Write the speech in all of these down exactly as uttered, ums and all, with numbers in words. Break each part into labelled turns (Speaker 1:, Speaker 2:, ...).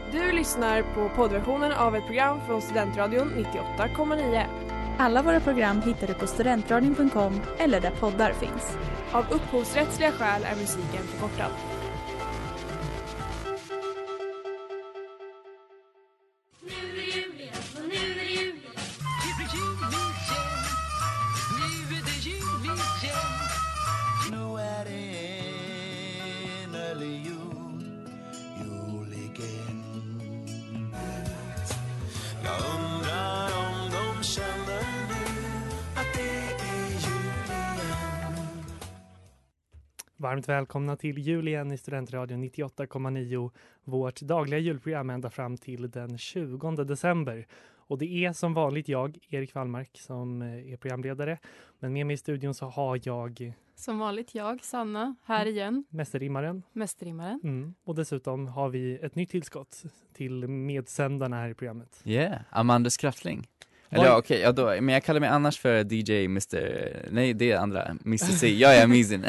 Speaker 1: Du lyssnar på poddversionen av ett program från Studentradion nittioåtta komma nio.
Speaker 2: Alla våra program hittar du på studentradion punkt com eller där poddar finns.
Speaker 1: Av upphovsrättsliga skäl är musiken förkortad.
Speaker 3: Varmt välkomna till jul igen i Studentradion nittioåtta komma nio, vårt dagliga julprogram ända fram till den tjugonde december. Och det är som vanligt jag, Erik Wallmark, som är programledare. Men med mig i studion så har jag...
Speaker 4: Som vanligt jag, Sanna, här igen.
Speaker 3: Mästerrimmaren.
Speaker 4: Mästerrimmaren.
Speaker 3: Mm. Och dessutom har vi ett nytt tillskott till medsändarna här i programmet.
Speaker 5: Ja, yeah, Amanda Skrattling. Eller ja, okej, ja, då, men jag kallar mig annars för D J mister Nej, det är andra. mister C. Jag är Amazing.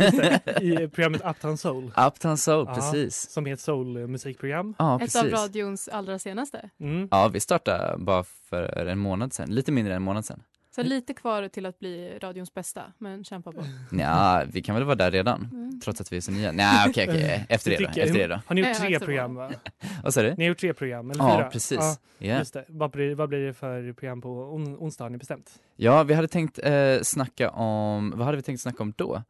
Speaker 3: I programmet Uptown Soul.
Speaker 5: Uptown Soul, ja, precis.
Speaker 3: Som är ett soul-musikprogram.
Speaker 5: Ja,
Speaker 4: ett
Speaker 5: precis.
Speaker 4: av radions allra senaste.
Speaker 3: Mm.
Speaker 5: Ja, vi startade bara för en månad sedan. Lite mindre än en månad sedan.
Speaker 4: Så lite kvar till att bli radions bästa, men kämpa på.
Speaker 5: Ja, vi kan väl vara där redan. Mm. Trots att vi är så nya. Nej, okej, okej. Efter det då. Efter det då.
Speaker 3: Har ni gjort tre program, va?
Speaker 5: Vad sa du?
Speaker 3: Ni har gjort tre program, eller
Speaker 5: ja,
Speaker 3: fyra?
Speaker 5: Precis.
Speaker 3: Ja,
Speaker 5: yeah.
Speaker 3: Just det. Vad blir, vad blir det för program på on, onsdag, har ni bestämt?
Speaker 5: Ja, vi hade tänkt eh, snacka om... Vad hade vi tänkt snacka om då?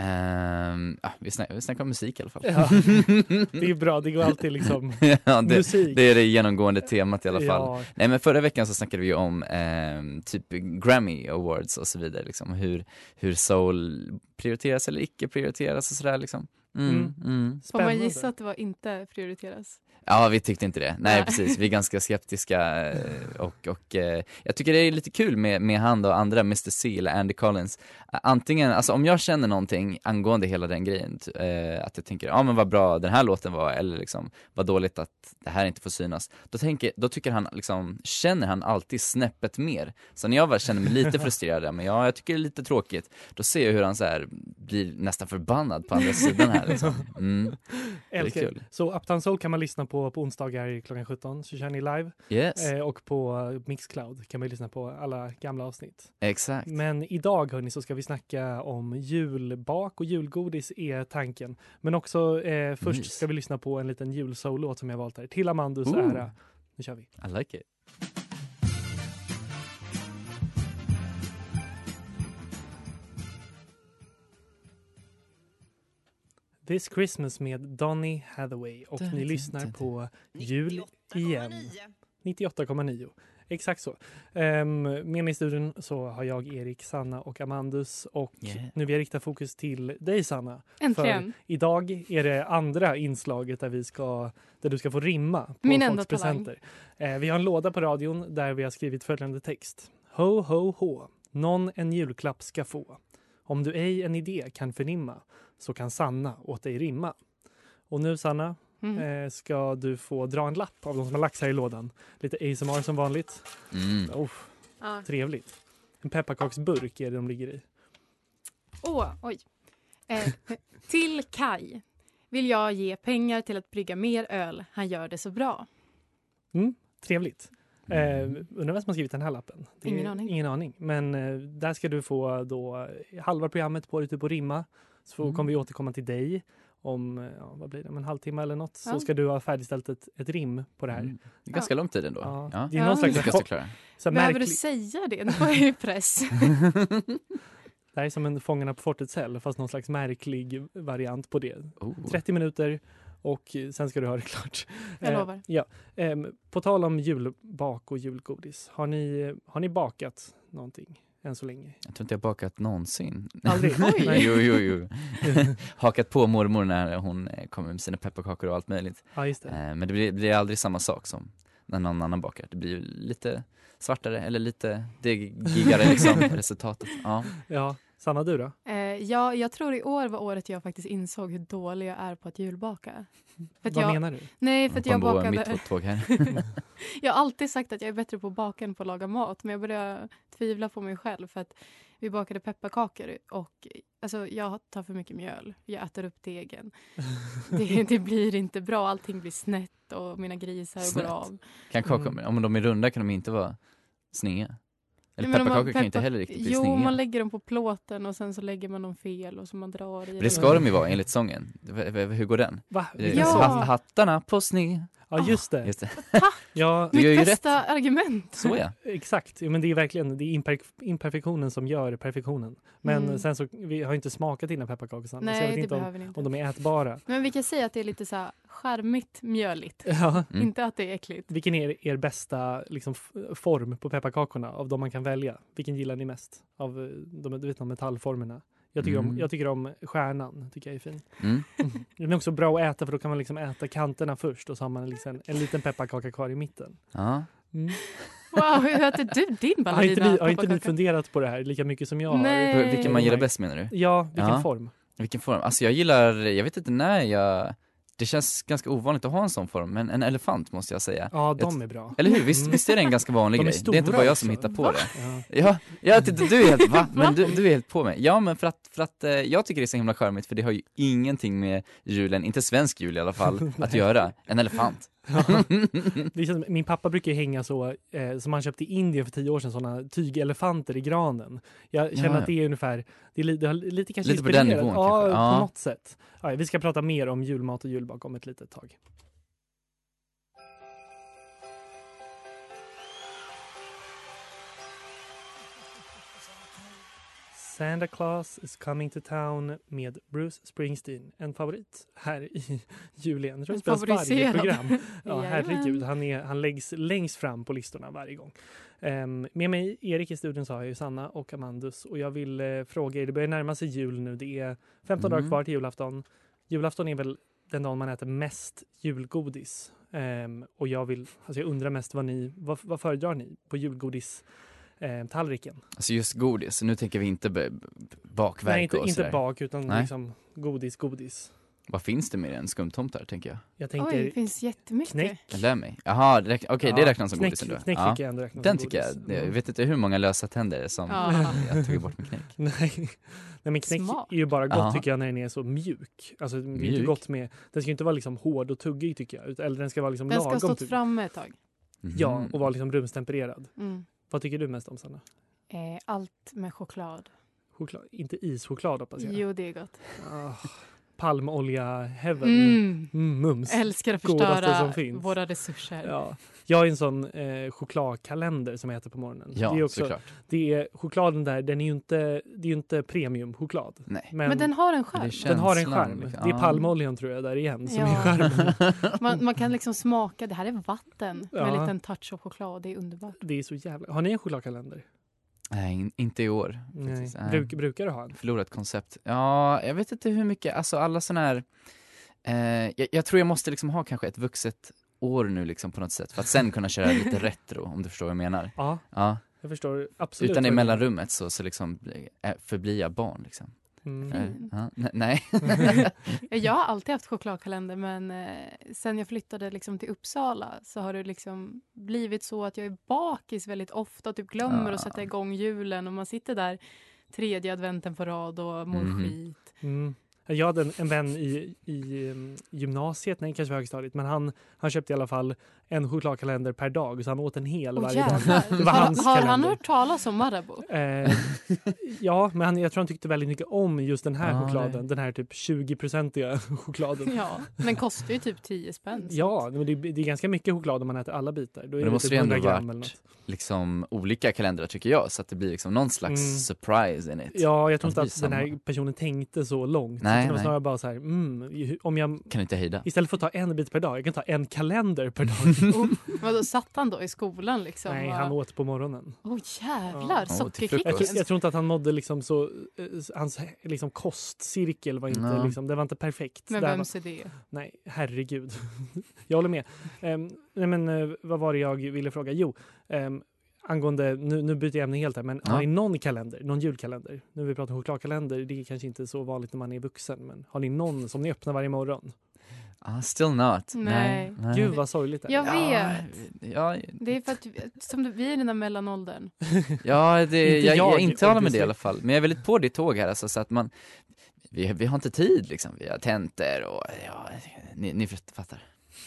Speaker 5: Um, ah, vi, snack, vi snackar om musik i alla fall.
Speaker 3: Ja, det är bra, det går alltid liksom
Speaker 5: ja, det,
Speaker 3: musik.
Speaker 5: Det är det genomgående temat i alla fall.
Speaker 3: Ja.
Speaker 5: Nej, men förra veckan så snackade vi om um, typ Grammy Awards och så vidare. Liksom, hur, hur soul prioriteras eller icke prioriteras och sådär liksom. Mm,
Speaker 3: mm.
Speaker 5: Mm.
Speaker 4: Får man gissa att det var inte prioriteras?
Speaker 5: Ja, vi tyckte inte det. Nej, precis. Vi är ganska skeptiska och, och eh, jag tycker det är lite kul med, med han och andra, mister C eller Andy Collins. Antingen, alltså om jag känner någonting angående hela den grejen, eh, att jag tänker, ja men vad bra den här låten var, eller liksom, vad dåligt att det här inte får synas. Då, tänker, då tycker han, liksom, känner han alltid snäppet mer. Så när jag bara känner mig lite frustrerad, men ja, jag tycker det är lite tråkigt, då ser jag hur han så här blir nästan förbannad på andra sidan här. Liksom. Mm. Det är kul.
Speaker 3: Så Uptown Soul kan man lyssna på på onsdagar klockan sjutton, så kör ni live.
Speaker 5: Yes.
Speaker 3: Eh, och på Mixcloud kan man lyssna på alla gamla avsnitt.
Speaker 5: Exakt.
Speaker 3: Men idag, hörni, så ska vi snacka om julbak och julgodis är tanken. Men också eh, först nice. Ska vi lyssna på en liten julsoul-låt som jag valt här. Till Amandus ära. Nu kör vi.
Speaker 5: I like it.
Speaker 3: This Christmas med Donny Hathaway. Och ni lyssnar på Jul igen. nittioåtta komma nio. Exakt så. Um, med mig i studion så har jag Erik, Sanna och Amandus. Och yeah. nu vill jag rikta fokus till dig, Sanna.
Speaker 4: Äntligen.
Speaker 3: För idag är det andra inslaget där, vi ska, där du ska få rimma på
Speaker 4: Min
Speaker 3: folks
Speaker 4: enda
Speaker 3: presenter. Uh, vi har en låda på radion där vi har skrivit följande text. Ho, ho, ho. Någon en julklapp ska få. Om du ej en idé kan förnimma, så kan Sanna åt dig rimma. Och nu, Sanna, mm. eh, ska du få dra en lapp av de som har lagt här i lådan. Lite A S M R som vanligt.
Speaker 5: Mm.
Speaker 3: Oh,
Speaker 4: ah.
Speaker 3: Trevligt. En pepparkaksburk är det de ligger i.
Speaker 4: Åh, oh, oj. Eh, till Kai vill jag ge pengar till att brygga mer öl. Han gör det så bra.
Speaker 3: Mm, trevligt. Eh, undrar vem som har skrivit den här lappen. Det
Speaker 4: ingen aning.
Speaker 3: Ingen aning. Men eh, där ska du få då halva programmet på dig typ att rimma. Så mm. kommer vi återkomma till dig om ja, vad blir det, en halvtimme eller något. Ja. Så ska du ha färdigställt ett, ett rim på det här. Mm.
Speaker 5: Det är ganska ja. lång tid ändå.
Speaker 3: Ja.
Speaker 5: Ja.
Speaker 3: Det är någon
Speaker 4: ja.
Speaker 3: slags
Speaker 5: ganska klara.
Speaker 4: Så behöver märklig... du säga det? Nu får jag ju press.
Speaker 3: Det här är som en Fångarna på fortets cell, fast någon slags märklig variant på det.
Speaker 5: Oh.
Speaker 3: trettio minuter och sen ska du ha det klart.
Speaker 4: Jag lovar.
Speaker 3: Eh, ja. eh, på tal om julbak och julgodis. Har ni, har ni bakat någonting än så länge?
Speaker 5: Jag tror inte jag bakat någonsin.
Speaker 3: Aldrig?
Speaker 5: Nej. jo, jo, jo. Hakat på mormor när hon kommer med sina pepparkakor och allt möjligt.
Speaker 3: Ja, just det.
Speaker 5: Eh, men det blir, blir aldrig samma sak som när någon annan bakar. Det blir ju lite svartare eller lite degigare liksom, resultatet. Ja.
Speaker 3: Ja. Sanna, du då?
Speaker 4: Eh, ja, jag tror i år var året jag faktiskt insåg hur dålig jag är på att julbaka. För att
Speaker 3: Vad
Speaker 4: jag,
Speaker 3: menar du?
Speaker 4: Nej, för att jag bakade...
Speaker 5: Mitt tåg här.
Speaker 4: Jag har alltid sagt att jag är bättre på att baka än på att laga mat. Men jag börjar tvivla på mig själv. För att vi bakade pepparkakor och alltså, jag tar för mycket mjöl. Jag äter upp degen. det, det blir inte bra. Allting blir snett och mina grisar
Speaker 5: Snett.
Speaker 4: går av.
Speaker 5: Kan kakor,
Speaker 3: Mm.
Speaker 5: om de är runda kan de inte vara sneda. Eller
Speaker 4: Nej, men om man
Speaker 5: pepparkakor kan ju inte
Speaker 4: peppar-
Speaker 5: heller riktigt bli
Speaker 4: Jo,
Speaker 5: sneda.
Speaker 4: man lägger dem på plåten och sen så lägger man dem fel och så man drar i
Speaker 5: Men det ska de ju vara enligt sången. V- v- Hur går den?
Speaker 3: Va?
Speaker 5: Det är
Speaker 4: Ja.
Speaker 5: så hatt- Hattarna på sned.
Speaker 3: Ja, just det.
Speaker 5: Just det.
Speaker 3: Ja,
Speaker 5: Du gör
Speaker 4: Mitt
Speaker 5: ju
Speaker 4: bästa argument.
Speaker 5: Så ja.
Speaker 3: exakt. Jo, men det är verkligen det är imper- imperfektionen som gör perfektionen. Men
Speaker 4: Mm.
Speaker 3: sen så, vi har inte smakat dina pepparkakor, Sanna, så jag
Speaker 4: Nej,
Speaker 3: vet
Speaker 4: det
Speaker 3: inte om,
Speaker 4: behöver ni inte.
Speaker 3: om de är ätbara.
Speaker 4: Men vi kan säga att det är lite så här charmigt mjöligt.
Speaker 3: Ja.
Speaker 5: Mm.
Speaker 4: Inte att det är äckligt.
Speaker 3: Vilken är er bästa liksom, f- form på pepparkakorna av de man kan välja? Vilken gillar ni mest av eh, de, du vet, de metallformerna? Jag tycker,
Speaker 5: Mm.
Speaker 3: om, jag tycker om stjärnan, tycker jag är fin.
Speaker 5: Mm.
Speaker 3: Den är också bra att äta för då kan man liksom äta kanterna först och så har man liksom en liten pepparkaka kvar i mitten.
Speaker 5: Ja.
Speaker 3: Mm.
Speaker 4: Wow, hur äter du din
Speaker 3: Har, inte
Speaker 4: ballerina
Speaker 3: ni, har inte ni
Speaker 4: pepparkaka?
Speaker 3: funderat på det här lika mycket som jag har?
Speaker 4: Nej.
Speaker 5: Vilken man gillar bäst menar du?
Speaker 3: Ja, vilken
Speaker 5: Ja.
Speaker 3: form?
Speaker 5: Vilken form? Alltså jag gillar, jag vet inte när jag, det känns ganska ovanligt att ha en sån form, men en elefant måste jag säga.
Speaker 3: Ja, de
Speaker 5: Jag-
Speaker 3: är bra.
Speaker 5: Eller hur? Visst,
Speaker 3: Mm.
Speaker 5: visst är det en ganska vanlig
Speaker 3: De är
Speaker 5: grej? Det är inte
Speaker 3: stora
Speaker 5: bara jag
Speaker 3: också.
Speaker 5: som hittar på
Speaker 4: Va?
Speaker 5: det.
Speaker 3: Ja.
Speaker 5: Ja, jag titta, du är helt, va? Men du, du är helt på mig. Ja, men för att, för att eh, jag tycker det är så himla charmigt, för det har ju ingenting med julen, inte svensk jul i alla fall, att göra. En elefant.
Speaker 3: Det känns, min pappa brukar ju hänga så, eh, som han köpte i Indien för tio år sedan, sådana tygelefanter i granen. Jag känner
Speaker 5: Ja, ja.
Speaker 3: att det är ungefär, det är li, det har lite kanske
Speaker 5: Lite på den
Speaker 3: inspirerat.
Speaker 5: nivån
Speaker 3: ja,
Speaker 5: kanske. Ja.
Speaker 3: på något sätt. Ja, vi ska prata mer om julmat och julbak om ett litet tag. Santa Claus is coming to town med Bruce Springsteen. En favorit här i julen. Jag tror det spelas varje
Speaker 4: Favoriserad.
Speaker 3: program. Ja,
Speaker 4: Jajamän.
Speaker 3: herregud. Han, är, han läggs längst fram på listorna varje gång. Um, med mig, Erik i studion, så har jag ju Sanna och Amandus. Och jag vill uh, fråga er, det börjar närma sig jul nu. Det är femton
Speaker 5: Mm.
Speaker 3: dagar kvar till julafton. Julafton är väl den dagen man äter mest julgodis. Um, och jag vill, alltså jag undrar mest vad ni, vad, vad föredrar ni på julgodis? Eh, tallriken.
Speaker 5: Alltså just godis, nu tänker vi inte b- b- bakverk
Speaker 3: Nej, inte,
Speaker 5: och
Speaker 3: inte
Speaker 5: sådär.
Speaker 3: bak utan
Speaker 5: Nej.
Speaker 3: liksom godis, godis.
Speaker 5: Vad finns det med en skumtomtar, tänker jag?
Speaker 3: Jag tänker
Speaker 4: Oj, det finns jättemycket.
Speaker 3: knäck.
Speaker 5: Jag lär mig. Jaha, det räk- okej, det
Speaker 3: Ja,
Speaker 5: räknas som
Speaker 3: knäck,
Speaker 5: godis ändå.
Speaker 3: Knäck
Speaker 5: Ja.
Speaker 3: tycker jag ändå räknas
Speaker 5: Den
Speaker 3: som
Speaker 5: tycker jag,
Speaker 3: godis.
Speaker 5: jag
Speaker 3: Mm.
Speaker 5: vet inte hur många lösa tänder som
Speaker 4: Ja.
Speaker 5: jag tog bort med knäck.
Speaker 3: Nej. Nej, men knäck
Speaker 4: Smart.
Speaker 3: är ju bara gott
Speaker 5: Ja.
Speaker 3: tycker jag när den är så mjuk. Alltså det är inte
Speaker 5: Mjuk?
Speaker 3: gott med, den ska ju inte vara liksom hård och tuggig tycker jag. ut- Eller den ska vara liksom
Speaker 4: Den ska ha
Speaker 3: lagom
Speaker 4: stått
Speaker 3: tuggig.
Speaker 4: framme ett tag.
Speaker 3: Ja,
Speaker 5: Mhm.
Speaker 3: och vara liksom rumstempererad.
Speaker 4: Mm.
Speaker 3: Vad tycker du mest om, Sanna?
Speaker 4: Eh, allt med choklad.
Speaker 3: Choklad, inte ischoklad hoppas jag.
Speaker 4: Jo, det är gott.
Speaker 3: Ah, palmolja heaven.
Speaker 4: Mm.
Speaker 3: Mm, mums.
Speaker 4: Älskar att
Speaker 3: Godaste
Speaker 4: förstöra
Speaker 3: som finns.
Speaker 4: våra resurser.
Speaker 3: Ja. Jag är en sån eh, chokladkalender som jag äter på morgonen.
Speaker 5: Ja,
Speaker 3: det är också,
Speaker 5: såklart.
Speaker 3: det är, chokladen där, den är ju inte, det är ju inte premiumchoklad.
Speaker 5: Nej.
Speaker 3: Men,
Speaker 4: Men den har en
Speaker 5: Det
Speaker 4: charm.
Speaker 5: är
Speaker 3: den har en
Speaker 5: känslan,
Speaker 3: charm.
Speaker 5: liksom.
Speaker 3: Det är
Speaker 5: Ja.
Speaker 3: palmoljan tror jag där igen som
Speaker 4: Ja.
Speaker 3: är charmen.
Speaker 4: Man, man kan liksom smaka, det här är vatten med
Speaker 3: Ja.
Speaker 4: en liten touch av choklad. Det är underbart.
Speaker 3: Det är så jävla... Har ni en chokladkalender?
Speaker 5: Nej, in- inte i år.
Speaker 3: Nej.
Speaker 5: Faktiskt. Nej.
Speaker 3: Bruk, brukar du ha en?
Speaker 5: Förlorat koncept. Ja, jag vet inte hur mycket, alltså alla sådana här, eh, jag, jag tror jag måste liksom ha kanske ett vuxet år nu liksom på något sätt, för att sen kunna köra lite retro, om du förstår vad jag menar.
Speaker 3: Ja,
Speaker 5: Ja,
Speaker 3: jag förstår absolut.
Speaker 5: utan i
Speaker 3: vad du menar.
Speaker 5: mellanrummet så, så liksom eh, förblir jag barn liksom.
Speaker 3: Mm.
Speaker 5: Eh,
Speaker 4: Mm.
Speaker 5: ja, ne- nej.
Speaker 4: Jag har alltid haft chokladkalender, men eh, sen jag flyttade liksom till Uppsala så har det liksom blivit så att jag är bakis väldigt ofta och typ glömmer
Speaker 5: Ah.
Speaker 4: att sätta igång julen, och man sitter där tredje adventen på rad och mår
Speaker 5: Mhm.
Speaker 4: skit.
Speaker 3: Mm. Jag hade en, en vän i, i um, gymnasiet, nej kanske högstadiet, men han, han köpte i alla fall en chokladkalender per dag, så han åt en hel
Speaker 4: Åh,
Speaker 3: varje dag.
Speaker 4: jävlar.
Speaker 3: Det var
Speaker 4: har,
Speaker 3: hans
Speaker 4: har han
Speaker 3: kalender.
Speaker 4: hört talas om Marabou?
Speaker 3: Eh, ja, men han, jag tror han tyckte väldigt mycket om just den här
Speaker 5: Ah,
Speaker 3: chokladen.
Speaker 5: nej.
Speaker 3: Den här typ tjugo-procentiga chokladen.
Speaker 4: Ja, den kostar ju typ tio spänn. så.
Speaker 3: Ja, men det, det är ganska mycket choklad om man äter alla bitar. Då är
Speaker 5: Men det
Speaker 3: det
Speaker 5: måste
Speaker 3: typ
Speaker 5: ju ändå
Speaker 3: hundra
Speaker 5: varit
Speaker 3: gram eller något.
Speaker 5: liksom olika kalendrar tycker jag, så att det blir liksom någon slags
Speaker 3: Mm.
Speaker 5: surprise in it.
Speaker 3: Ja, jag tror inte
Speaker 5: Det
Speaker 3: att
Speaker 5: blir
Speaker 3: den här
Speaker 5: samma.
Speaker 3: personen tänkte så långt.
Speaker 5: Nej,
Speaker 3: så det var
Speaker 5: nej.
Speaker 3: snarare bara så här, mm, ju- om jag
Speaker 5: Kan inte hejda.
Speaker 3: istället för att ta en bit per dag, jag kan ta en kalender per dag.
Speaker 4: Och, vadå, satt han då i skolan liksom?
Speaker 3: Nej,
Speaker 4: och-
Speaker 3: han åt på morgonen.
Speaker 4: Åh jävlar,
Speaker 3: Ja.
Speaker 5: Ja, till
Speaker 4: sockerkicken.
Speaker 3: Jag,
Speaker 5: frukost.
Speaker 3: tror- jag tror inte att han mådde liksom så, eh, hans liksom kostcirkel var inte
Speaker 5: Ja.
Speaker 3: liksom, det var inte perfekt.
Speaker 4: Men
Speaker 3: Det här
Speaker 4: vems
Speaker 3: var,
Speaker 4: är det?
Speaker 3: nej, herregud. Jag håller med. Um, nej men eh, vad var det jag ville fråga? Jo, um, angående, nu, nu byter jag ämne helt här, men
Speaker 5: Ja.
Speaker 3: har ni någon kalender, någon julkalender? Nu vi pratar om chokladkalender, det är kanske inte så vanligt när man är vuxen, men har ni någon som ni öppnar varje morgon?
Speaker 5: Ah, still not.
Speaker 4: Nej.
Speaker 5: Nej.
Speaker 3: Gud vad sorgligt det är.
Speaker 4: Jag vet.
Speaker 5: Ja, ja,
Speaker 4: Det är för att som du, vi är i den där mellanåldern.
Speaker 5: ja det,
Speaker 3: Inte
Speaker 5: jag, jag
Speaker 3: jag,
Speaker 5: intalar med det
Speaker 3: obviously.
Speaker 5: i alla fall. Men jag är väldigt på ditt tåg här, alltså, så att man, vi, vi har inte tid liksom. Vi har tentor och ja, ni, ni fattar.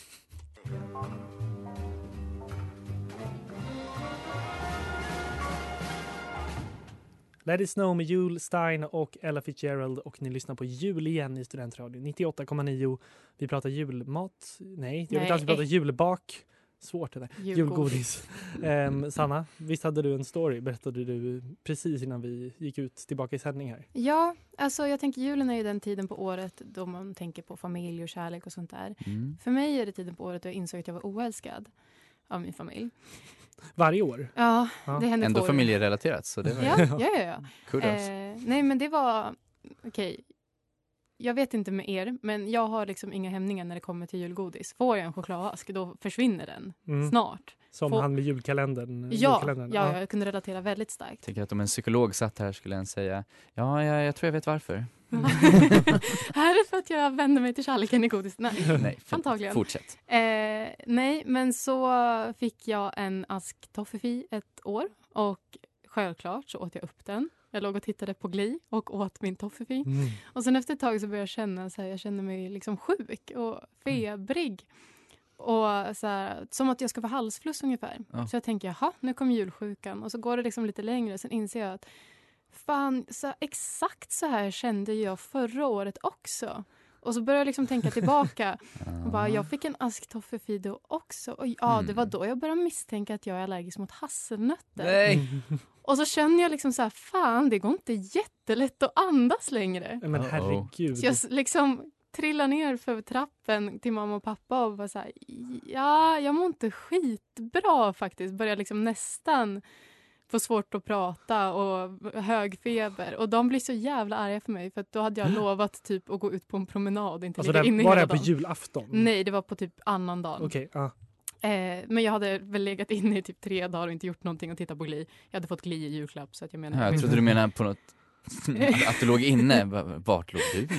Speaker 3: Let it snow med Jule Stein och Ella Fitzgerald och ni lyssnar på Jul igen i Studentradion nittioåtta komma nio. Vi pratar julmat. Nej, jag vet
Speaker 4: Nej.
Speaker 3: inte, vi pratar julbak. Svårt det där.
Speaker 4: Julgodis.
Speaker 3: Julgodis. um, Sanna, visst hade du en story, berättade du precis innan vi gick ut tillbaka i sändning här.
Speaker 4: Ja, alltså jag tänker julen är ju den tiden på året då man tänker på familj och kärlek och sånt där.
Speaker 5: Mm.
Speaker 4: För mig är det tiden på året då jag insåg att jag var oälskad av min familj.
Speaker 3: Varje år?
Speaker 4: Ja,
Speaker 3: Ja.
Speaker 4: det hände
Speaker 5: Ändå
Speaker 4: på
Speaker 5: familjerelaterat, så det var
Speaker 4: Ja, ja, ja. ja.
Speaker 5: kudos.
Speaker 4: Eh, nej, men det var... Okej. Jag vet inte med er, men jag har liksom inga hämningar när det kommer till julgodis. Får jag en chokladask, då försvinner den
Speaker 3: Mm.
Speaker 4: snart.
Speaker 3: Som
Speaker 4: Få-
Speaker 3: han med julkalendern.
Speaker 4: Ja,
Speaker 3: julkalendern.
Speaker 4: ja, jag kunde relatera väldigt starkt.
Speaker 5: Jag tänker att om en psykolog satt här skulle han säga, ja, jag, jag tror jag vet varför.
Speaker 4: Här är för att jag vänder mig till kärleken i godis. Nej,
Speaker 5: Nej, för,
Speaker 4: antagligen.
Speaker 5: fortsätt.
Speaker 4: Eh, nej, men så fick jag en ask toffifee ett år och självklart så åt jag upp den. Jag låg och tittade på Glee och åt min toffifee.
Speaker 3: Mm.
Speaker 4: Och sen efter ett tag så började jag känna så här, jag känner mig liksom sjuk och febrig. Och så här, som att jag ska få halsfluss ungefär.
Speaker 5: Ja.
Speaker 4: Så jag tänker, jaha, nu kommer julsjukan. Och så går det liksom lite längre. Sen inser jag att fan, så exakt så här kände jag förra året också. Och så började jag liksom tänka tillbaka. Och bara, jag fick en ask toffifee då också. Och ja,
Speaker 5: Mm.
Speaker 4: det var då jag började misstänka att jag är allergisk mot hasselnötter.
Speaker 5: Nej!
Speaker 4: Och så känner jag liksom så här, fan, det går inte jättelätt att andas längre.
Speaker 3: Men
Speaker 5: Uh-oh.
Speaker 3: herregud.
Speaker 4: Så jag s- liksom trillar ner för trappen till mamma och pappa och bara så här, ja, jag mår inte skitbra faktiskt. Börjar liksom nästan få svårt att prata och hög feber. Och de blir så jävla arga för mig för att då hade jag lovat typ att gå ut på en promenad och inte
Speaker 3: Alltså
Speaker 4: ligga
Speaker 3: det,
Speaker 4: inne
Speaker 3: var det
Speaker 4: hela
Speaker 3: här på
Speaker 4: dagen.
Speaker 3: julafton?
Speaker 4: Nej, det var på typ annan dagen.
Speaker 3: Okej, ja.
Speaker 4: Eh, men jag hade väl legat inne i typ tre dagar och inte gjort någonting och tittat på Glee. Jag hade fått Glee i julklapp så att jag menar...
Speaker 5: Ja, jag trodde du menade på något, att du låg inne. Vart låg du?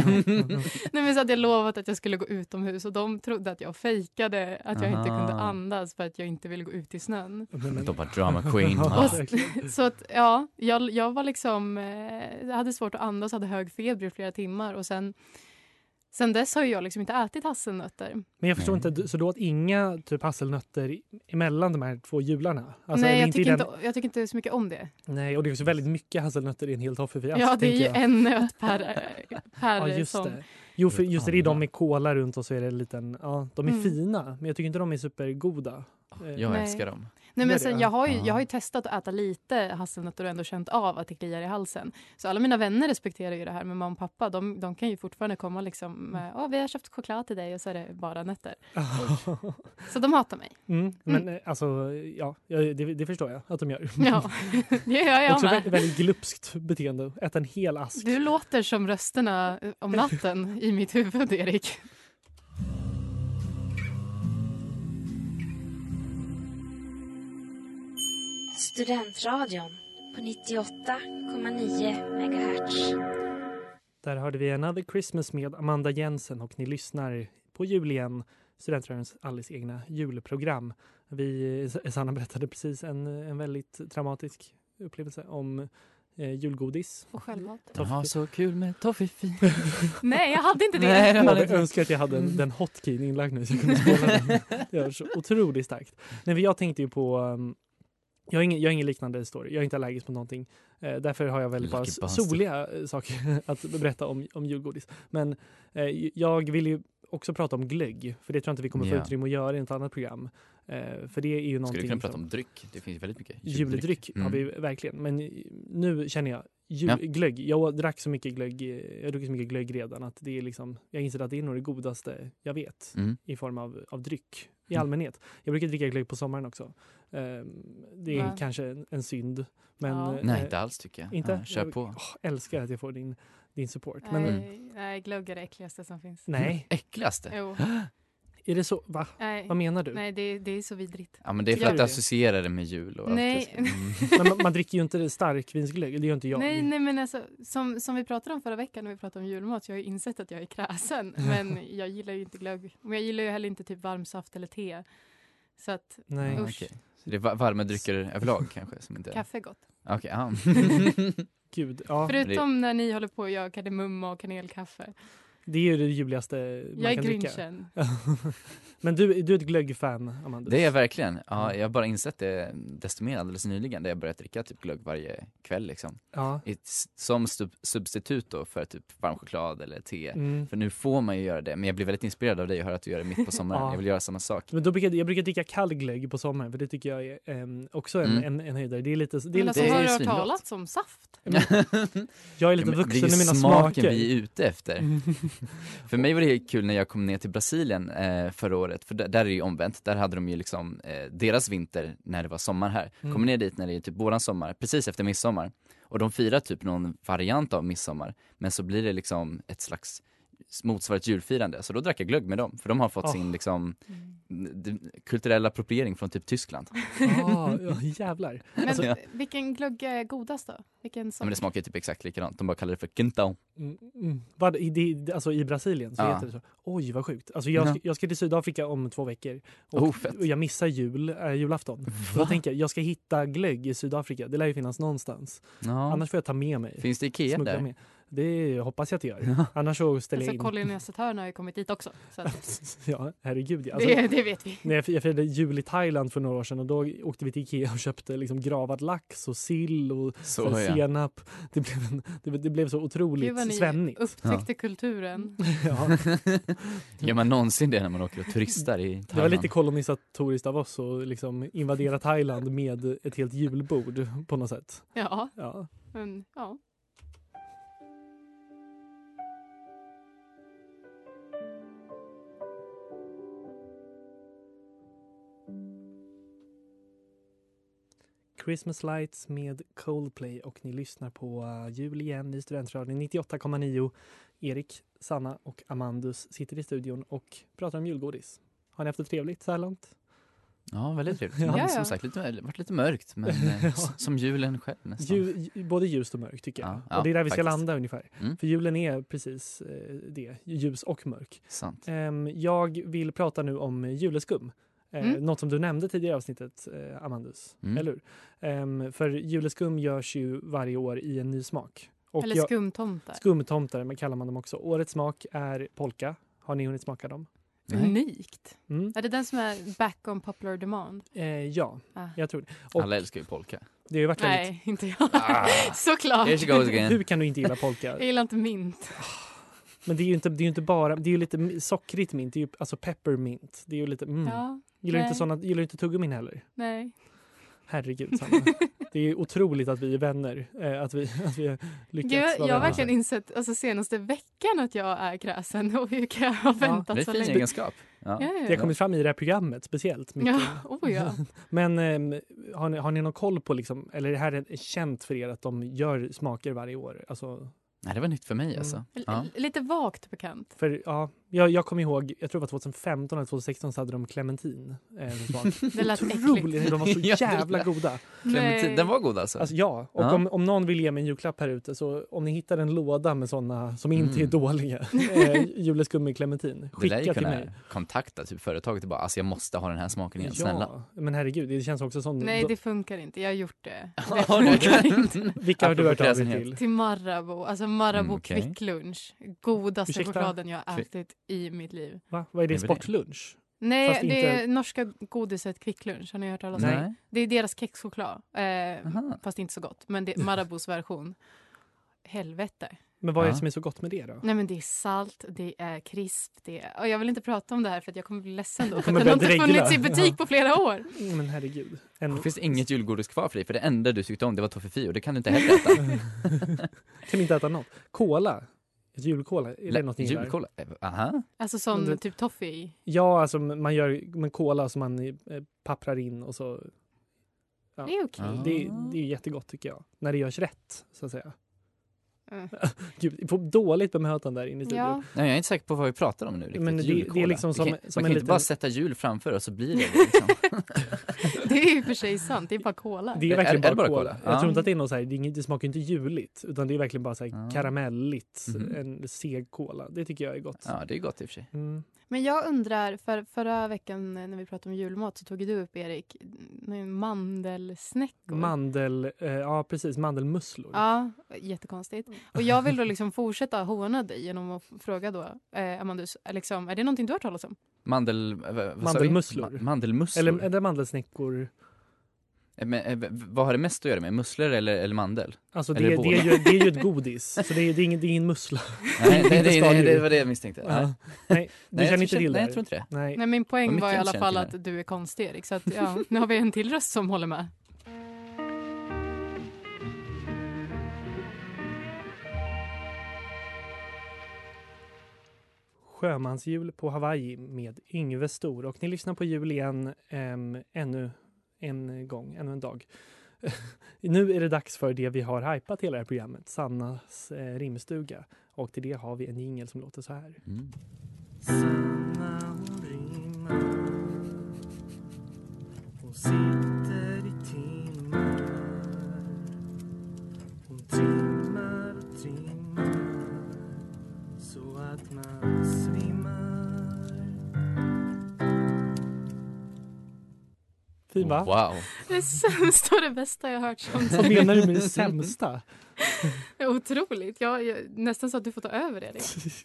Speaker 4: Nej, men så hade jag lovat att jag skulle gå utomhus och de trodde att jag fejkade att jag inte
Speaker 5: Aha.
Speaker 4: kunde andas för att jag inte ville gå ut i snön.
Speaker 3: Men, men,
Speaker 5: De var drama queen.
Speaker 3: Ja,
Speaker 4: Och-
Speaker 3: verkligen.
Speaker 4: Så att ja, jag, jag var liksom, eh, jag hade svårt att andas, hade hög feber i flera timmar och sen, sen dess har jag liksom inte ätit hasselnötter.
Speaker 3: Men jag förstår
Speaker 5: Nej.
Speaker 3: inte, du- så du åt inga typ hasselnötter i- emellan de här två jularna? Alltså, är
Speaker 4: Nej,
Speaker 3: det
Speaker 4: jag
Speaker 3: inte i
Speaker 4: tycker,
Speaker 3: den...
Speaker 4: inte, jag tycker inte så mycket om det.
Speaker 3: Nej, och det är så väldigt mycket hasselnötter i en hel toffifee.
Speaker 4: Ja, det är ju
Speaker 3: jag.
Speaker 4: en nöt per, per
Speaker 3: Ja, just
Speaker 4: sån.
Speaker 3: det. Jo, för just det, det är de med kola runt och så är det en liten, ja, de är
Speaker 4: Mm.
Speaker 3: fina, men jag tycker inte de är supergoda.
Speaker 5: Jag
Speaker 4: Nej.
Speaker 5: älskar dem.
Speaker 4: Nej,
Speaker 3: Gör
Speaker 4: men
Speaker 3: det,
Speaker 4: sen,
Speaker 3: ja.
Speaker 4: jag, har ju,
Speaker 5: Ja.
Speaker 4: jag har ju testat att äta lite hasselnötter och ändå känt av att det kliar i halsen. Så alla mina vänner respekterar ju det här, men mamma och pappa, de, de kan ju fortfarande komma liksom med, åh, vi har köpt choklad till dig och så är det bara nötter. Så de hatar mig.
Speaker 3: mm, men eh, alltså, ja, jag- det, det förstår jag att de gör.
Speaker 4: Ja, det gör jag
Speaker 3: Också
Speaker 4: med.
Speaker 3: väldigt, väldigt glupskt beteende, äta en hel ask.
Speaker 4: Du låter som rösterna eh, om natten i mitt huvud, Erik.
Speaker 6: Studentradion på nittioåtta komma nio megahertz.
Speaker 3: Där hörde vi Another Christmas med Amanda Jensen och ni lyssnar på jul igen, Studentradions alldeles egna julprogram. Vi, Sanna berättade precis en, en väldigt traumatisk upplevelse om eh, julgodis.
Speaker 4: Och självhat.
Speaker 5: De har så kul med toffifee.
Speaker 4: Nej, jag hade inte det.
Speaker 5: Nej, det
Speaker 3: Jag
Speaker 5: var
Speaker 3: hade
Speaker 5: inte.
Speaker 3: önskat att jag hade en, den hotkeyn inlagd nu så jag kunde spela den. Det är så otroligt starkt. Nej, men jag tänkte ju på... Um, jag, har ingen, jag har ingen liknande story. Jag är inte allergisk mot någonting. Eh, därför har jag väldigt bara
Speaker 5: Lucky
Speaker 3: s-
Speaker 5: bastard.
Speaker 3: soliga eh, saker att berätta om, om julgodis. Men eh, jag vill ju också prata om glögg. För det tror jag inte vi kommer få
Speaker 5: Ja.
Speaker 3: utrymme att göra i ett annat program. Eh, för det är ju någonting...
Speaker 5: Skulle kunna prata
Speaker 3: som-
Speaker 5: om dryck. Det finns väldigt mycket.
Speaker 3: Juldryck har
Speaker 5: Mm.
Speaker 3: vi verkligen. Men nu känner jag jul,
Speaker 5: Ja.
Speaker 3: glögg. Jag drack så mycket glögg. Jag har druckit så mycket glögg redan att det är liksom, jag inser att det är nog det godaste jag vet
Speaker 5: Mm.
Speaker 3: i form av, av dryck i
Speaker 5: Mm.
Speaker 3: allmänhet. Jag brukar dricka glögg på sommaren också. Ehm, det är
Speaker 4: Va?
Speaker 3: kanske en, en synd. Men,
Speaker 4: Ja.
Speaker 3: eh,
Speaker 5: Nej, inte alls tycker jag.
Speaker 3: inte?
Speaker 5: Ja, kör
Speaker 3: Jag
Speaker 5: på.
Speaker 3: åh, älskar att jag får din, din support. Men
Speaker 4: Nej, nej, glögg är det äckligaste som finns.
Speaker 3: nej,
Speaker 5: Äckligaste?
Speaker 4: Jo.
Speaker 3: Är det så? Va?
Speaker 4: Nej,
Speaker 3: Vad menar du?
Speaker 4: nej det, det är så vidrigt.
Speaker 5: Ja, men det är för
Speaker 3: Gör
Speaker 5: att
Speaker 3: det?
Speaker 5: associera det med jul och
Speaker 4: Nej.
Speaker 5: allt det. Mm.
Speaker 3: Men man, man dricker ju inte starkvinsglögg, det gör inte jag.
Speaker 4: Nej, nej men alltså, som, som vi pratade om förra veckan när vi pratade om julmat, så jag har ju insett att jag är kräsen. Men jag gillar ju inte glögg. Men jag gillar ju heller inte typ varmsaft eller te. Så att,
Speaker 3: Nej.
Speaker 5: Ja,
Speaker 4: usch.
Speaker 5: okej. Så det är va- varma drycker överlag kanske? Som inte...
Speaker 4: Kaffe är gott.
Speaker 5: Okej, ja.
Speaker 3: Gud, ja.
Speaker 4: Förutom när ni håller på och gör kardemumma och kanelkaffe.
Speaker 3: Det är ju det juligaste man
Speaker 4: Jag är
Speaker 3: kan dricka.
Speaker 4: grinchen.
Speaker 3: Men du, du är ett glöggfan, Amanda.
Speaker 5: Det är jag verkligen. Ja, jag har bara insett det desto mer alldeles nyligen. Där jag börjat dricka typ glögg varje kväll liksom.
Speaker 3: Ja.
Speaker 5: I, som sub- substitut då för typ varm choklad eller te.
Speaker 3: Mm.
Speaker 5: För nu får man ju göra det. Men jag blir väldigt inspirerad av dig och höra att du gör det mitt på sommaren.
Speaker 3: Ja.
Speaker 5: Jag vill göra samma sak.
Speaker 3: Men då brukar, jag brukar dricka kall glögg på sommaren, för det tycker jag är ehm, också en,
Speaker 5: Mm.
Speaker 3: en, en höjdare. Det är lite, det är
Speaker 4: Men
Speaker 3: lite,
Speaker 4: alltså,
Speaker 5: det är
Speaker 4: har
Speaker 5: ju
Speaker 4: du hört
Speaker 5: svingott.
Speaker 4: talat om saft?
Speaker 3: jag är lite
Speaker 5: Ja, men
Speaker 3: vuxen
Speaker 5: det är
Speaker 3: i
Speaker 5: ju
Speaker 3: mina
Speaker 5: smaken
Speaker 3: smaker.
Speaker 5: vi är ute efter.
Speaker 3: Mm.
Speaker 5: För mig var det kul när jag kom ner till Brasilien eh, förra året. För där, där är det ju omvänt. Där hade de ju liksom eh, deras vinter när det var sommar här.
Speaker 3: Mm.
Speaker 5: Kommer ner dit när det är typ våran sommar, precis efter midsommar. Och de firar typ någon variant av midsommar. Men så blir det liksom ett slags motsvarigt julfirande. Så då drack jag glögg med dem. För de har fått
Speaker 3: Oh.
Speaker 5: sin liksom
Speaker 4: Mm.
Speaker 5: d- kulturella appropriering från typ Tyskland.
Speaker 3: Ah, ja, jävlar.
Speaker 4: Men
Speaker 3: Alltså,
Speaker 5: ja.
Speaker 4: vilken glögg är godast då? Vilken
Speaker 5: Ja,
Speaker 4: som?
Speaker 5: men det smakar ju typ exakt likadant. De bara kallar det för quintão.
Speaker 3: Mm, mm. Vad, i, det, alltså i Brasilien så
Speaker 5: Ja.
Speaker 3: heter det så. Oj, vad sjukt. Alltså jag,
Speaker 5: Ja.
Speaker 3: ska, jag ska till Sydafrika om två veckor. Och,
Speaker 5: Oh, fett.
Speaker 3: och jag missar jul, äh, julafton. Då tänker jag, jag ska hitta glögg i Sydafrika. Det lär ju finnas någonstans.
Speaker 5: Ja.
Speaker 3: Annars får jag ta med mig.
Speaker 5: Finns det Ikea
Speaker 3: Smuggla
Speaker 5: där?
Speaker 3: med. Det hoppas jag att det gör. Annars så ställer jag
Speaker 4: Alltså,
Speaker 3: in.
Speaker 4: kolonisatören har ju kommit dit också. Så att,
Speaker 3: Ja, herregud. Ja. Alltså,
Speaker 4: det, det vet vi.
Speaker 3: när jag, jag firade jul i Thailand för några år sedan och då åkte vi till Ikea och köpte liksom gravad lax och sill och
Speaker 5: Så
Speaker 3: så
Speaker 5: ja.
Speaker 3: senap. Det blev, en, det, det blev så
Speaker 4: Gud
Speaker 3: otroligt
Speaker 4: vad ni
Speaker 3: svennigt.
Speaker 4: upptäckte kulturen.
Speaker 3: Ja.
Speaker 5: Gör man någonsin det när man åker och turistar i Thailand?
Speaker 3: Det var lite kolonisatoriskt av oss att liksom invadera Thailand med ett helt julbord på något sätt.
Speaker 4: Ja,
Speaker 3: Ja.
Speaker 4: men ja.
Speaker 3: Christmas Lights med Coldplay och ni lyssnar på uh, jul igen i Studentradion nittioåtta komma nio. Erik, Sanna och Amandus sitter i studion och pratar om julgodis. Har ni haft det trevligt så här långt?
Speaker 5: Ja, väldigt trevligt.
Speaker 3: Ja.
Speaker 5: Men
Speaker 4: Ja, ja.
Speaker 5: som sagt, lite, varit lite mörkt. Men eh,
Speaker 3: Ja.
Speaker 5: s- som julen själv nästan.
Speaker 3: Ju, både ljust och mörkt tycker jag.
Speaker 5: Ja, ja,
Speaker 3: och det är där vi ska
Speaker 5: faktiskt.
Speaker 3: landa ungefär.
Speaker 5: Mm.
Speaker 3: För julen är precis eh, det, ljus och mörk.
Speaker 5: Sant.
Speaker 3: Ehm, jag vill prata nu om juleskum. Eh,
Speaker 4: Mm.
Speaker 3: Något som du nämnde tidigare i avsnittet, eh, Amandus.
Speaker 5: Mm.
Speaker 3: Eller hur? Ehm, för juleskum görs ju varje år i en ny smak. Och
Speaker 4: Eller
Speaker 3: jag-
Speaker 4: skumtomtar.
Speaker 3: Skumtomtar men kallar man dem också. Årets smak är polka. Har ni hunnit smaka dem?
Speaker 5: Nej.
Speaker 4: Unikt.
Speaker 3: Mm.
Speaker 4: Är det den som är back on popular demand?
Speaker 3: Eh, ja,
Speaker 4: Ah.
Speaker 3: jag tror det. Och
Speaker 5: Alla älskar ju polka.
Speaker 3: det har ju varit väldigt...
Speaker 4: Nej, inte jag.
Speaker 5: Ah.
Speaker 4: Såklart.
Speaker 5: Here she goes again.
Speaker 3: Hur kan du inte gilla polka?
Speaker 4: Jag gillar inte mint.
Speaker 3: Men det är ju inte, det är ju inte bara, det är ju lite sockrigt mint, det är ju alltså peppermint. Det är ju lite, mm.
Speaker 4: Ja,
Speaker 3: Gillar du
Speaker 4: nej.
Speaker 3: inte såna, gillar du inte tuggummin heller?
Speaker 4: nej.
Speaker 3: Herregud, Sanna. Det är otroligt att vi är vänner. Eh, att vi, att vi har lyckats
Speaker 4: Gud, jag
Speaker 3: vara
Speaker 4: jag har
Speaker 3: vänner.
Speaker 4: verkligen insett alltså, senaste veckan att jag är kräsen och hur kan jag ha
Speaker 3: Ja,
Speaker 4: väntat
Speaker 5: Det är
Speaker 4: så
Speaker 5: en fin
Speaker 4: länge.
Speaker 5: egenskap. Ja.
Speaker 4: Ja, ja,
Speaker 3: Det har kommit fram i det här programmet speciellt mycket.
Speaker 4: Ja, oh ja.
Speaker 3: Men eh, har, ni, har ni någon koll på, liksom, eller är det här är känt för er att de gör smaker varje år? Alltså,
Speaker 5: Nej, det var nytt för mig alltså.
Speaker 4: L-
Speaker 5: Ja.
Speaker 4: Lite vagt bekant.
Speaker 3: för, ja, jag, jag kommer ihåg, jag tror det var tjugohundrafemton eller tjugohundrasexton så hade de clementin. Eh, som smak.
Speaker 4: Det lät
Speaker 3: Otroligt,
Speaker 4: äckligt.
Speaker 3: de var så
Speaker 5: Ja, det
Speaker 3: jävla
Speaker 5: lät-
Speaker 3: goda.
Speaker 5: Clementin, den var god alltså.
Speaker 3: Alltså, ja, och
Speaker 5: Ja.
Speaker 3: Om, om någon vill ge mig en julklapp här ute så om ni hittar en låda med sådana som inte
Speaker 5: Mm.
Speaker 3: är dåliga, eh, juleskum med clementin,
Speaker 5: Du lär
Speaker 3: skicka
Speaker 5: ju
Speaker 3: till
Speaker 5: kunna
Speaker 3: mig.
Speaker 5: kontakta typ företaget och bara, alltså jag måste ha den här smaken igen, snälla.
Speaker 3: Ja, men herregud, det känns också som...
Speaker 4: Nej, det funkar inte. Jag har gjort det. Det
Speaker 5: Har du
Speaker 4: funkar
Speaker 5: det?
Speaker 4: inte.
Speaker 3: Vilka har du
Speaker 5: Apropå
Speaker 3: hört av dig
Speaker 5: kräsenhet.
Speaker 3: till?
Speaker 4: Till Marabou. Alltså Marabou
Speaker 5: Mm, okej.
Speaker 4: kvicklunch. Godaste
Speaker 3: Ursäkta?
Speaker 4: chokladen jag har
Speaker 5: Kvick-
Speaker 4: ätit i mitt liv.
Speaker 3: Va? Vad är det?
Speaker 5: Är det det?
Speaker 3: Sportlunch?
Speaker 4: Nej,
Speaker 3: Fast
Speaker 4: det
Speaker 3: inte-
Speaker 4: är norska godiset kvicklunch. Har ni hört talas om det?
Speaker 5: Nej.
Speaker 4: Det är deras kexchoklad. Eh,
Speaker 5: Aha.
Speaker 4: fast inte så gott. Men det är Marabous version. Helvete.
Speaker 3: Men vad är det
Speaker 5: Ja.
Speaker 3: som är så gott med det då?
Speaker 4: Nej men det är salt, det är krisp, det är... Och jag vill inte prata om det här för att jag kommer bli ledsen då. För
Speaker 3: kommer
Speaker 4: att den har inte
Speaker 3: börja dregla.
Speaker 4: funnits i butik på flera år.
Speaker 3: Mm, Men herregud. En,
Speaker 5: Finns det inget julgodis kvar för dig? För det enda du tyckte om det var toffifee och det kan du inte heller äta.
Speaker 3: kan inte äta något. Cola? Julkola? Är det något ni gillar?
Speaker 5: Julkola? Aha.
Speaker 4: Alltså sån
Speaker 3: Men det-
Speaker 4: typ toffee.
Speaker 3: Ja, alltså man gör med cola som man eh, papprar in och så... Ja.
Speaker 4: Det är okej.
Speaker 5: Ja.
Speaker 3: Det, det är ju jättegott tycker jag. När det görs rätt, så att säga.
Speaker 4: Mm.
Speaker 3: Gud, vi får dåligt bemötande där inne i studion.
Speaker 4: Ja.
Speaker 5: Nej, jag är inte säker på vad vi pratar om nu riktigt.
Speaker 3: Men det-
Speaker 5: Julkola.
Speaker 3: det är liksom som-
Speaker 5: Vi kan,
Speaker 3: som
Speaker 5: man
Speaker 3: en
Speaker 5: kan inte
Speaker 3: liten-
Speaker 5: bara sätta jul framför och så blir det liksom.
Speaker 4: Det är ju för sig sant, det är bara cola.
Speaker 3: Det är
Speaker 5: Är-
Speaker 3: verkligen
Speaker 5: är det
Speaker 3: bara,
Speaker 5: bara
Speaker 3: cola.
Speaker 5: cola?
Speaker 3: Jag
Speaker 5: Ja.
Speaker 3: tror inte att det är något så här, det, är inget, det smakar inte juligt, utan det är verkligen bara så här
Speaker 5: Ja.
Speaker 3: karamelligt,
Speaker 5: Mhm.
Speaker 3: en seg cola. Det tycker jag är gott.
Speaker 5: Ja, det är gott i och för sig.
Speaker 3: Mm.
Speaker 4: Men jag undrar, för förra veckan när vi pratade om julmat så tog du upp, Erik, mandelsnäckor.
Speaker 3: Mandel, eh, ja precis, mandelmusslor.
Speaker 4: Ja, jättekonstigt. Och jag vill då liksom fortsätta håna dig genom att f- fråga då, eh, Amandus, liksom, är det någonting du har hört talas om?
Speaker 5: Mandel... vad- vad sa vi?
Speaker 3: Mandelmusslor.
Speaker 5: Ma- mandelmusslor.
Speaker 3: Eller är det mandelsnäckor?
Speaker 5: Eh, Men, eh, v- vad har det mest att göra med? Musslor eller, eller mandel?
Speaker 3: Alltså det,
Speaker 5: Eller
Speaker 3: det,
Speaker 5: båda.
Speaker 3: är ju, det är ju ett godis, så det är, det är, ingen, det är ingen mussla.
Speaker 5: Nej, nej,
Speaker 3: inte
Speaker 5: nej, nej,
Speaker 3: skaldjur.
Speaker 5: det var det jag misstänkte.
Speaker 3: Ja.
Speaker 5: Nej.
Speaker 3: Nej, du
Speaker 5: Nej, jag
Speaker 3: känner
Speaker 5: tror-
Speaker 3: inte till det?
Speaker 5: Nej,
Speaker 3: här?
Speaker 5: jag tror inte det.
Speaker 3: Nej.
Speaker 4: Nej, min
Speaker 5: Vad
Speaker 4: poäng
Speaker 5: mycket
Speaker 4: var i
Speaker 5: jag
Speaker 4: alla
Speaker 5: känner
Speaker 4: fall
Speaker 5: till
Speaker 4: att du är konstig, Erik. Så att, ja, nu har vi en till röst som håller med.
Speaker 3: Sjömansjul på Hawaii med Yngve Stor. Och ni lyssnar på jul igen äm, ännu en gång, ännu en dag. Nu är det dags för det vi har hypat hela det här programmet, Sannas eh, rimstuga. Och till det har vi en jingle som låter så här.
Speaker 5: Mm.
Speaker 3: Sanna hon rimmar, hon sitter i timmar, hon trimmar och trimmar så att man svimmar. Fin va?
Speaker 5: Wow.
Speaker 4: Det sämsta och det bästa jag har hört som
Speaker 3: Vad menar du med det sämsta?
Speaker 4: Otroligt. Jag, jag, nästan så att du får ta över, Erik.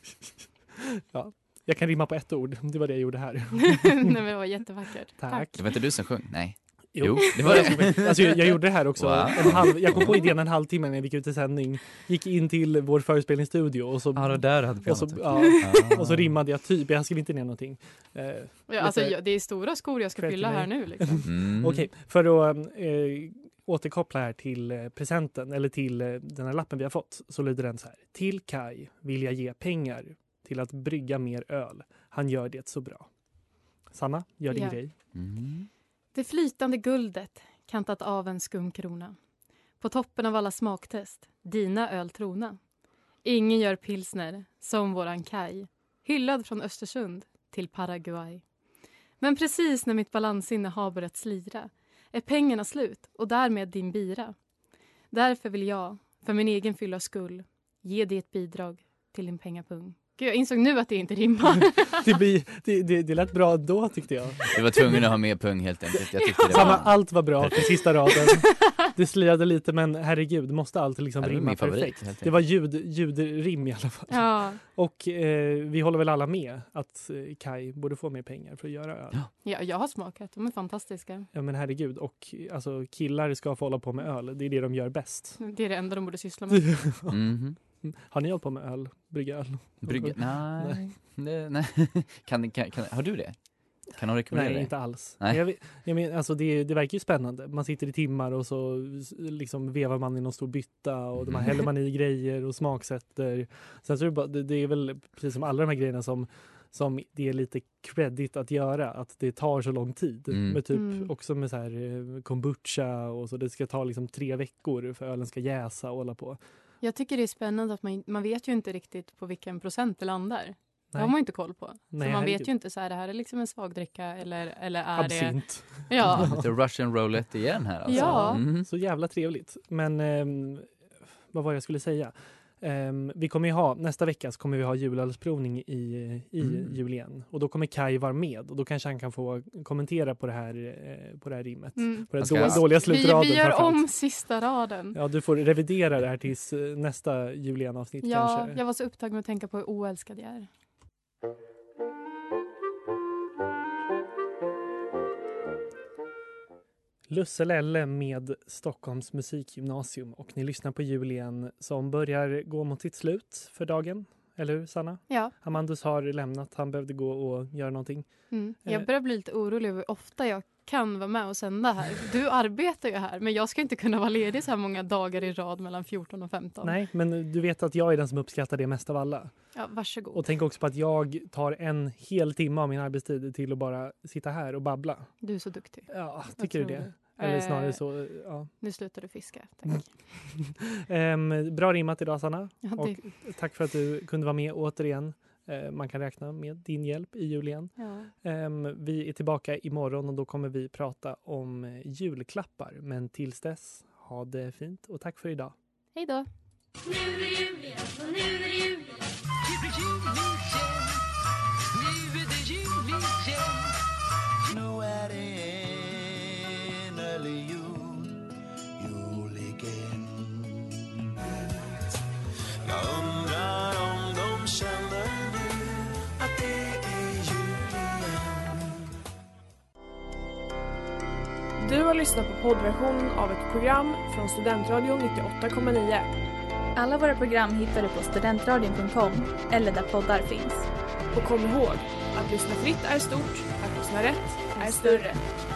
Speaker 3: Ja, jag kan rimma på ett ord. Det var det jag gjorde här.
Speaker 4: Nej, men det var jättevackert.
Speaker 3: Tack.
Speaker 5: Det var inte du som sjöng? Nej.
Speaker 3: Jo,
Speaker 5: Jo, det var det.
Speaker 3: Alltså, jag, jag gjorde det här också.
Speaker 5: Wow.
Speaker 3: En halv, jag kom på idén en halvtimme när jag gick ut i sändning. Gick in till vår förespelningsstudio och så,
Speaker 5: Ja, det där hade
Speaker 3: och så, ja, och så rimmade jag typ. Jag skrev inte ner någonting. Eh,
Speaker 4: Ja, alltså,
Speaker 3: lite-
Speaker 4: jag, det är stora skor jag ska
Speaker 3: cred
Speaker 4: fylla
Speaker 3: till
Speaker 4: här
Speaker 3: mig.
Speaker 4: nu. Liksom.
Speaker 5: Mm.
Speaker 3: Okej, för att eh, återkoppla här till eh, presenten eller till eh, den här lappen vi har fått, så lyder den så här. Till Kai vill jag ge pengar till att brygga mer öl. Han gör det så bra. Sanna, gör din
Speaker 4: Ja.
Speaker 3: grej.
Speaker 5: Mm.
Speaker 4: Det flytande guldet kantat av en skumkrona. På toppen av alla smaktest, dina öl trona. Ingen gör pilsner som våran Kai. Hyllad från Östersund till Paraguay. Men precis när mitt balanssinne har börjat slira är pengarna slut och därmed din bira. Därför vill jag, för min egen fylla skull, ge dig ett bidrag till din pengapung. Gud, jag insåg nu att det inte rimmar.
Speaker 3: Det, blir, det, det, det lät bra då tyckte jag.
Speaker 5: Du var tvungen att ha med pung helt enkelt. Jag tyckte det
Speaker 3: Sanna,
Speaker 5: var...
Speaker 3: allt var bra till sista raden. Det slirade lite, men herregud, måste allt liksom
Speaker 5: Ja, det var
Speaker 3: rimma
Speaker 5: min favorit,
Speaker 3: perfekt.
Speaker 5: helt
Speaker 3: Det var ljud, ljudrim i alla fall.
Speaker 4: Ja,
Speaker 3: Och eh, vi håller väl alla med att eh, Kai borde få mer pengar för att göra öl.
Speaker 5: Ja.
Speaker 4: ja, jag har smakat. De är fantastiska.
Speaker 3: Ja men herregud, och alltså, killar ska få hålla på med öl. Det är det de gör bäst.
Speaker 4: Det är det enda de borde syssla med.
Speaker 5: Mhm.
Speaker 3: Har ni hållit på med öl? Brygga öl?
Speaker 5: Brygga? Nej. Nej. Nej. Kan, kan, kan, har du det? Kan de rekommendera
Speaker 3: Nej,
Speaker 5: det?
Speaker 3: inte alls.
Speaker 5: Nej.
Speaker 3: Jag, vet- jag men, alltså, det, det verkar ju spännande. Man sitter i timmar och så liksom vevar man i någon stor bytta och man häller man i grejer och smaksätter. Sen så är det, bara, det, det är väl precis som alla de här grejerna som, som det är lite credit att göra. Att det tar så lång tid.
Speaker 5: Mm.
Speaker 3: Med typ
Speaker 4: Mm.
Speaker 3: också med så här eh, kombucha och så. Det ska ta liksom tre veckor för ölen ska jäsa och hålla på.
Speaker 4: Jag tycker det är spännande att man, man vet ju inte riktigt på vilken procent det landar. Det
Speaker 3: Nej.
Speaker 4: har man ju inte koll på.
Speaker 3: Nej,
Speaker 4: så man
Speaker 3: herregud.
Speaker 4: vet ju inte så här, det här är liksom en svagdricka eller, eller är
Speaker 3: Absint.
Speaker 4: det... Ja.
Speaker 5: Lite Russian roulette igen här alltså.
Speaker 4: Ja.
Speaker 5: Mm.
Speaker 3: Så jävla trevligt. Men ehm, vad var det jag skulle säga? Ehm, vi kommer ju ha, nästa vecka så kommer vi ha julölsprovning i, i
Speaker 5: Mm.
Speaker 3: jul igen. Och då kommer Kai vara med. Och då kanske han kan få kommentera på det här, eh, på det här rimmet.
Speaker 4: Mm.
Speaker 3: På den
Speaker 5: Jag
Speaker 3: då,
Speaker 5: ska-
Speaker 3: dåliga
Speaker 4: Vi,
Speaker 3: slutraden.
Speaker 4: vi gör
Speaker 3: framförallt.
Speaker 4: om sista raden.
Speaker 3: Ja, du får revidera det här tills eh, nästa Julian-avsnitt
Speaker 4: Ja,
Speaker 3: kanske.
Speaker 4: jag var så upptagen med att tänka på hur oälskad jag är.
Speaker 3: Lusse Lelle med Stockholms musikgymnasium. Och ni lyssnar på Julian som börjar gå mot sitt slut för dagen. Eller hur, Sanna?
Speaker 4: Ja.
Speaker 3: Amandus har lämnat. Han behövde gå och göra någonting.
Speaker 4: Mm.
Speaker 3: Eh.
Speaker 4: Jag börjar bli lite orolig över hur ofta jag kan vara med och sända här. Du arbetar ju här, men jag ska inte kunna vara ledig så här många dagar i rad mellan fjorton och femton.
Speaker 3: Nej, men du vet att jag är den som uppskattar det mest av alla.
Speaker 4: Ja, varsågod.
Speaker 3: Och tänk också på att jag tar en hel timme av min arbetstid till att bara sitta här och babbla.
Speaker 4: Du är så duktig.
Speaker 3: Ja, tycker du
Speaker 4: tror
Speaker 3: det?
Speaker 4: det.
Speaker 3: Eller
Speaker 4: Eh,
Speaker 3: snarare så, ja.
Speaker 4: Nu slutar du fiska, tack.
Speaker 3: Ehm, bra rimmat idag, Sanna.
Speaker 4: Ja, det,
Speaker 3: Och tack för att du kunde vara med återigen. Eh, man kan räkna med din hjälp i jul igen.
Speaker 4: ja.
Speaker 3: Ehm, vi är tillbaka imorgon och då kommer vi prata om eh, julklappar. Men tills dess, ha det fint och tack för idag.
Speaker 4: Hej då!
Speaker 6: Nu är det jul igen, och nu är det jul igen.
Speaker 7: Nu är det enlig jul, jul igen. Jag undrar om de känner nu att det är jul igen.
Speaker 1: Du har lyssnat på poddversionen av ett program från Studentradion nittioåtta komma nio.
Speaker 2: Alla våra program hittar du på studentradion punkt com eller där poddar finns.
Speaker 1: Och kom ihåg, att lyssna fritt är stort, att lyssna rätt är större.